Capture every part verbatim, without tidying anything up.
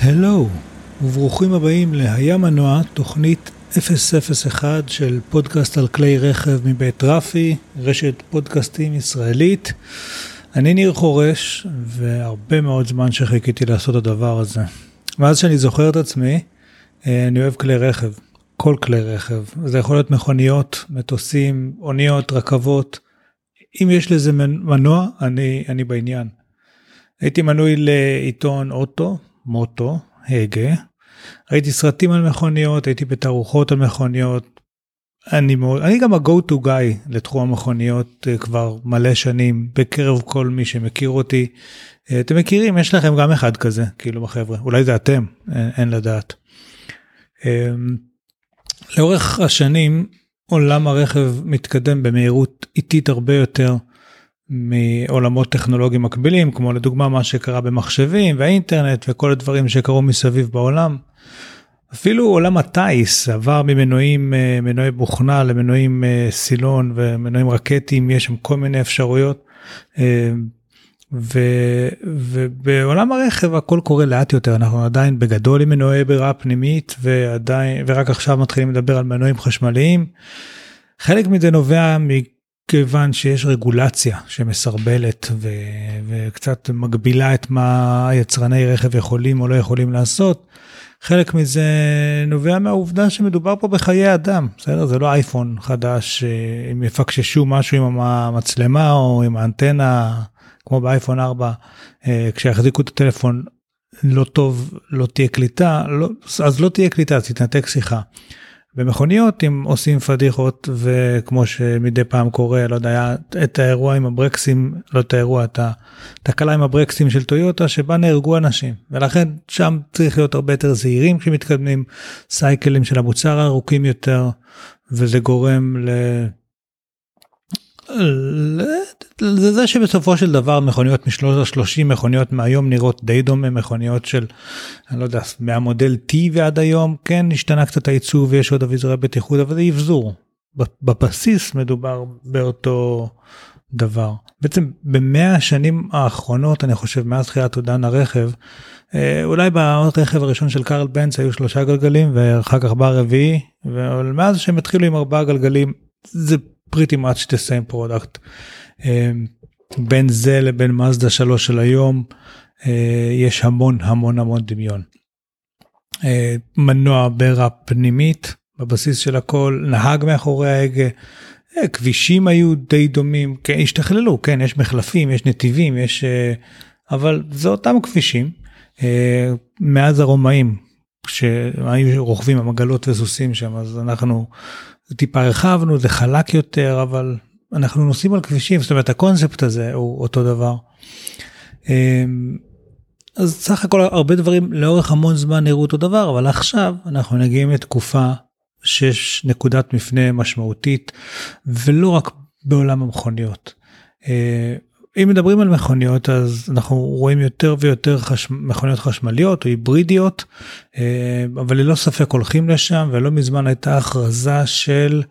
הלו, וברוכים הבאים להיה מנוע, תוכנית אפס אפס אחת של פודקאסט על כלי רכב מבית רפי, רשת פודקאסטים ישראלית. אני ניר חורש, והרבה מאוד זמן שחיכיתי לעשות את הדבר הזה. ואז שאני זוכר את עצמי, אני אוהב כלי רכב, כל כלי רכב. זה יכול להיות מכוניות, מטוסים, אוניות, רכבות. אם יש לזה מנוע, אני, אני בעניין. הייתי מנוי לעיתון אוטו, מוטו, הגה. ראיתי סרטים על מכוניות, הייתי בתערוכות על מכוניות. אני, מאוד, אני גם ה-go to guy לתחום המכוניות כבר מלא שנים, בקרב כל מי שמכיר אותי. אתם מכירים, יש לכם גם אחד כזה, כאילו בחבר'ה. אולי זה אתם, אין, אין לדעת. לאורך השנים, עולם הרכב מתקדם במהירות איטית הרבה יותר, מעולמות טכנולוגיים מקבילים, כמו לדוגמה מה שקרה במחשבים והאינטרנט וכל הדברים שקרו מסביב בעולם. אפילו עולם הטייס עבר ממנועים, מנועי בוכנה למנועים סילון ומנועים רקטיים, יש שם כל מיני אפשרויות. ו, ובעולם הרכב הכל קורה לאט יותר, אנחנו עדיין בגדול עם מנועי בירה פנימית, ועדיין, ורק עכשיו מתחילים לדבר על מנועים חשמליים. חלק מזה נובע מ... כיוון שיש רגולציה שמסרבלת ו- וקצת מגבילה את מה יצרני רכב יכולים או לא יכולים לעשות. חלק מזה נובע מהעובדה שמדובר פה בחיי אדם. בסדר? זה לא אייפון חדש, אם יפקששו משהו עם המצלמה או עם האנטנה, כמו באייפון ארבע, כשיחזיקו את הטלפון לא טוב, לא תהיה קליטה, לא, אז לא תהיה קליטה, אז תתנתק שיחה. במכוניות, אם עושים פדיחות, וכמו שמדי פעם קורה, לא יודע, את האירוע עם הברקסים, לא את האירוע, את התקלה עם הברקסים של טויוטה, שבה נהרגו אנשים. ולכן שם צריך להיות הרבה יותר זהירים כשמתקדמים, סייקלים של המוצר ארוכים יותר, וזה גורם ל... זה זה שבסופו של דבר מכוניות משלוש שלושים מכוניות מהיום נראות די דומה, מכוניות של, אני לא יודע, מהמודל T ועד היום, כן, השתנה קצת העיצוב ויש עוד אביזרי בטיחות, אבל זה יבזור. בבסיס מדובר באותו דבר. בעצם במאה השנים האחרונות, אני חושב, מאז תחילת עידן הרכב, אולי ברכב הראשון של קרל בנץ היו שלושה גלגלים, ואחר כך בא רביעי, ומאז שהם התחילו עם ארבעה גלגלים, זה pretty much the same product. בין זה לבין מזדה שלוש של היום, יש המון המון המון דמיון. מנוע בירה פנימית, בבסיס של הכל, נהג מאחורי ההגה, כבישים היו די דומים, כן, השתכללו, כן, יש מחלפים, יש נתיבים, יש, אבל זה אותם כבישים, מאז הרומאים, שהיו רוכבים המגלות וסוסים שם, אז אנחנו טיפה הרחבנו, זה חלק יותר, אבל אנחנו נוסעים על כבישים, זאת אומרת, הקונספט הזה הוא אותו דבר. אז סך הכל הרבה דברים לאורך המון זמן נראו אותו דבר, אבל עכשיו אנחנו נגיעים לתקופה שיש נקודת מפנה משמעותית, ולא רק בעולם המכוניות. אם מדברים על מכוניות, אז אנחנו רואים יותר ויותר חש... מכוניות חשמליות או היברידיות, אבל ללא ספק הולכים לשם, ולא מזמן הייתה הכרזה של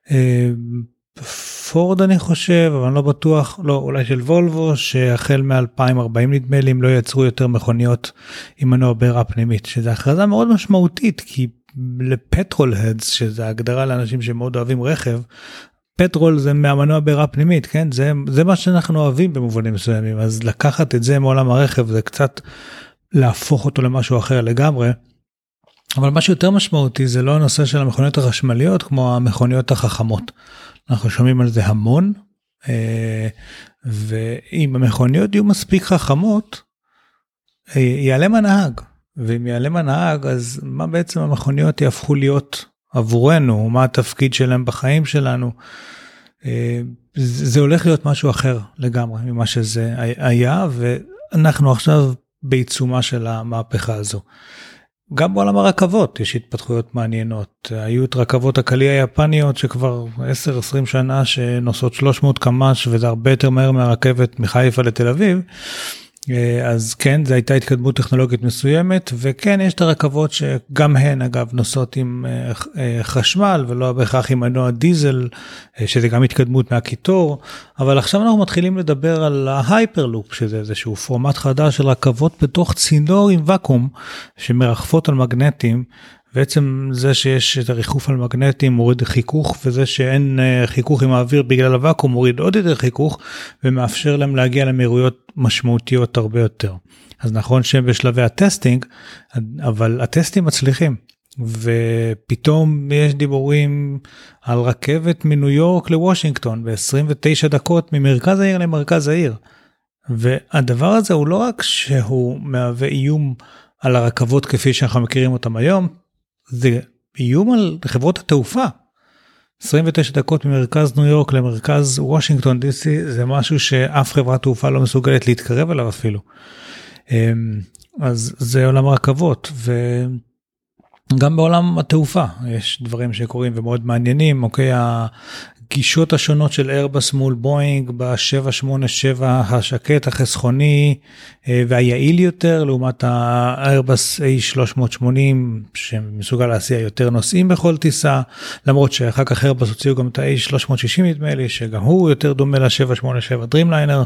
פורד אני חושב, אבל אני לא בטוח, לא, אולי של וולבו, שהחל מ-אלפיים וארבעים נדמה לי, אם לא ייצרו יותר מכוניות עם מנוע בירה פנימית, שזו הכרזה מאוד משמעותית, כי לפטרול הדס, שזו הגדרה לאנשים שמאוד אוהבים רכב, פטרול זה מהמנוע בירה פנימית, כן? זה, זה מה שאנחנו אוהבים במובנים מסוימים, אז לקחת את זה מעולם הרכב, זה קצת להפוך אותו למשהו אחר לגמרי, אבל מה שיותר משמעותי, זה לא הנושא של המכוניות החשמליות, כמו המכוניות החכמות. אנחנו שומעים על זה המון, ואם המכוניות יהיו מספיק חכמות, ייעלם הנהג, ואם ייעלם הנהג, אז מה בעצם המכוניות יהפכו להיות עבורנו, מה התפקיד שלהם בחיים שלנו, זה הולך להיות משהו אחר לגמרי ממה שזה היה, ואנחנו עכשיו בעיצומה של המהפכה הזו. גם בעולם הרכבות יש התפתחויות מעניינות, היו את רכבות הקלי היפניות שכבר עשר עשרים שנה שנוסעות שלוש מאות קמ"ש, וזה הרבה יותר מהר מהרכבת מחיפה לתל אביב, אז כן, זו הייתה התקדמות טכנולוגית מסוימת, וכן, יש את הרכבות שגם הן, אגב, נוסעות עם חשמל, ולא בהכרח עם מנוע דיזל, שזה גם התקדמות מהקיטור, אבל עכשיו אנחנו מתחילים לדבר על ההייפרלופ, שזה איזשהו פורמט חדש של רכבות בתוך צינור עם וקום, שמרחפות על מגנטים, בעצם זה שיש את הריחוף על מגנטים מוריד חיכוך, וזה שאין חיכוך עם האוויר בגלל הוואקום מוריד עוד יותר חיכוך, ומאפשר להם להגיע למהירויות משמעותיות הרבה יותר. אז נכון שהם בשלבי הטסטינג, אבל הטסטים מצליחים, ופתאום יש דיבורים על רכבת מניו יורק לוושינגטון, ב-עשרים ותשע דקות ממרכז העיר למרכז העיר. והדבר הזה הוא לא רק שהוא מהווה איום על הרכבות כפי שאנחנו מכירים אותם היום, זה איום על חברות התעופה. עשרים ותשע דקות ממרכז ניו יורק למרכז וושינגטון די סי, זה משהו שאף חברת תעופה לא מסוגלת להתקרב אליו אפילו. אז זה עולם הרכבות, וגם בעולם התעופה יש דברים שקורים ומאוד מעניינים. אוקיי, הגישות השונות של איירבס מול בואינג ב-שבע שמונה שבע השקט החסכוני והיעיל יותר, לעומת האיירבס איי שלוש מאות שמונים שמסוגל להסיע יותר נוסעים בכל טיסה, למרות שאחר כך איירבס הוציאו גם את ה-איי שלוש מאות שישים נדמה לי, שגם הוא יותר דומה ל-שבע שמונה שבע דרימליינר,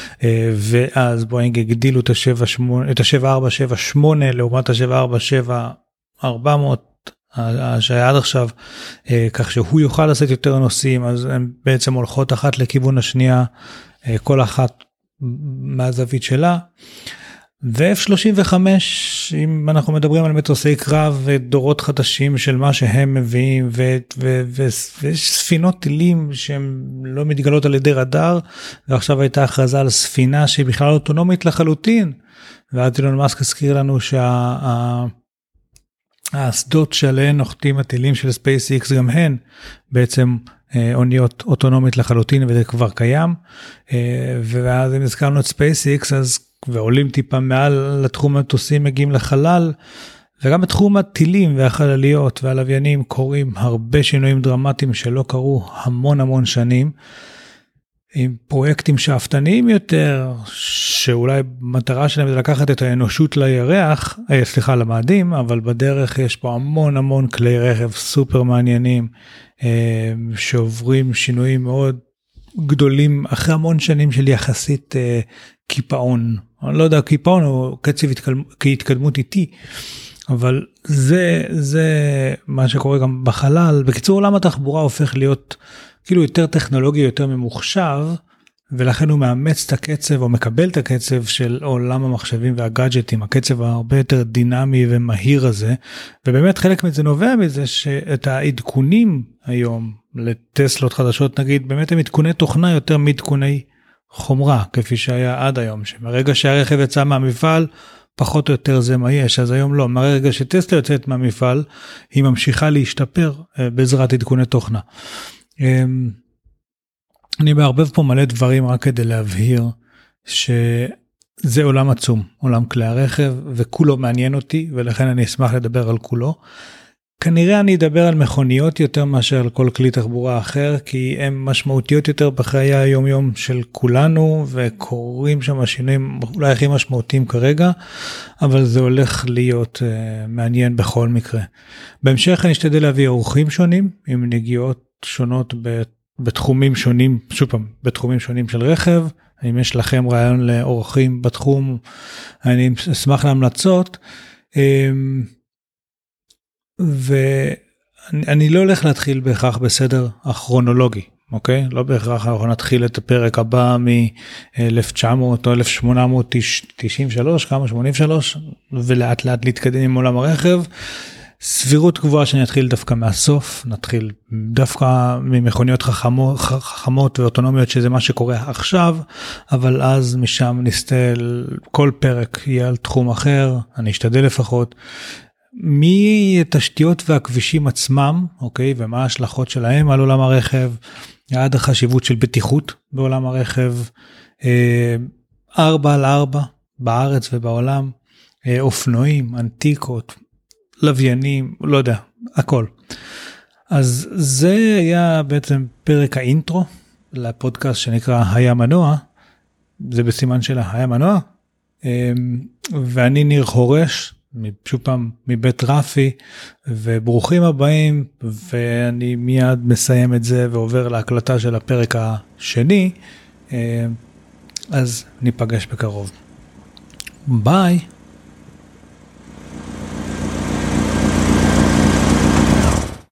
ואז בואינג הגדילו את ה-שבע ארבע שבע שמונה לעומת ה-שבע ארבע שבע ארבע מאות, שהיה עד עכשיו, כך שהוא יוכל לעשות יותר נוסעים, אז הן בעצם הולכות אחת לכיוון השנייה, כל אחת מהזווית שלה. ו-אף שלושים וחמש, אם אנחנו מדברים על מטוסי קרב ודורות חדשים של מה שהם מביאים, וספינות טילים שהן לא מתגלות על ידי רדאר, ועכשיו הייתה הכרזה על ספינה שהיא בכלל אוטונומית לחלוטין, ואז אילון מאסק הזכיר לנו שה... האסדות שעליהן נוחתים הטילים של SpaceX גם הן בעצם אוניות אוטונומית לחלוטין, וזה כבר קיים. ואז אם הזכרנו את SpaceX, אז ועולים טיפה מעל לתחום המטוסים, מגיעים לחלל, וגם בתחום הטילים והחלליות והלוויינים קורים הרבה שינויים דרמטיים שלא קרו המון המון שנים, עם פרויקטים שאפתניים יותר, שאולי מטרה שלהם זה לקחת את האנושות לירח, אה, סליחה, למאדים, אבל בדרך יש פה המון המון כלי רכב סופר מעניינים, אה, שעוברים שינויים מאוד גדולים, אחרי המון שנים של יחסית אה, קיפאון. אני לא יודע, קיפאון הוא קצב התקדמות איטי, אבל זה, זה מה שקורה גם בחלל. בקיצור, עולם התחבורה הופך להיות כאילו יותר טכנולוגי, יותר ממוחשב, ולכן הוא מאמץ את הקצב, או מקבל את הקצב של עולם המחשבים והגאדג'טים, הקצב הרבה יותר דינמי ומהיר הזה, ובאמת חלק מזה נובע מזה שאת העדכונים היום לטסלות חדשות, נגיד, באמת הם עדכוני תוכנה יותר מעדכוני חומרה, כפי שהיה עד היום, שמרגע שהרכב יצא מהמפעל, פחות או יותר זה מה יש, אז היום לא, מהרגע שטסלה יוצאת מהמפעל, היא ממשיכה להשתפר בעזרת עדכוני תוכנה. אני מערבב פה מלא דברים רק כדי להבהיר שזה עולם עצום, עולם כלי הרכב, וכולו מעניין אותי, ולכן אני אשמח לדבר על כולו. כנראה אני אדבר על מכוניות יותר מאשר על כל כלי תחבורה אחר, כי הן משמעותיות יותר בחיי היום יום של כולנו, וקורים שם השינויים אולי הכי משמעותיים כרגע, אבל זה הולך להיות uh, מעניין בכל מקרה. בהמשך אני אשתדל להביא אורחים שונים, עם נגיעות שונות בתחומים שונים, שוב פעם, בתחומים שונים של רכב. אם יש לכם רעיון לאורחים בתחום, אני אשמח להמלצות. ואני לא הולך להתחיל בהכרח בסדר הכרונולוגי, אוקיי? לא בהכרח אנחנו נתחיל את הפרק הבא מ-אלף תשע מאות או אלף שמונה מאות תשעים ושלוש, כמה שמונים ושלוש, ולאט לאט להתקדם עם עולם הרכב. סבירות גבוהה שאני אתחיל דווקא מהסוף, נתחיל דווקא ממכוניות חכמות, חכמות ואוטונומיות, שזה מה שקורה עכשיו, אבל אז משם נסתל, כל פרק יהיה על תחום אחר, אני אשתדל לפחות, מתשתיות והכבישים עצמם, אוקיי, ומה ההשלכות שלהם על עולם הרכב, עד החשיבות של בטיחות בעולם הרכב, ארבע על ארבע בארץ ובעולם, אופנועים, אנטיקות, לוויינים, לא יודע, הכל. אז זה היה בעצם פרק האינטרו לפודקאסט שנקרא היה מנוע, זה בסימן שלה, היה מנוע, ואני ניר חורש, שוב פעם מבית רפי, וברוכים הבאים, ואני מיד מסיים את זה ועובר להקלטה של הפרק השני, אז ניפגש בקרוב. ביי.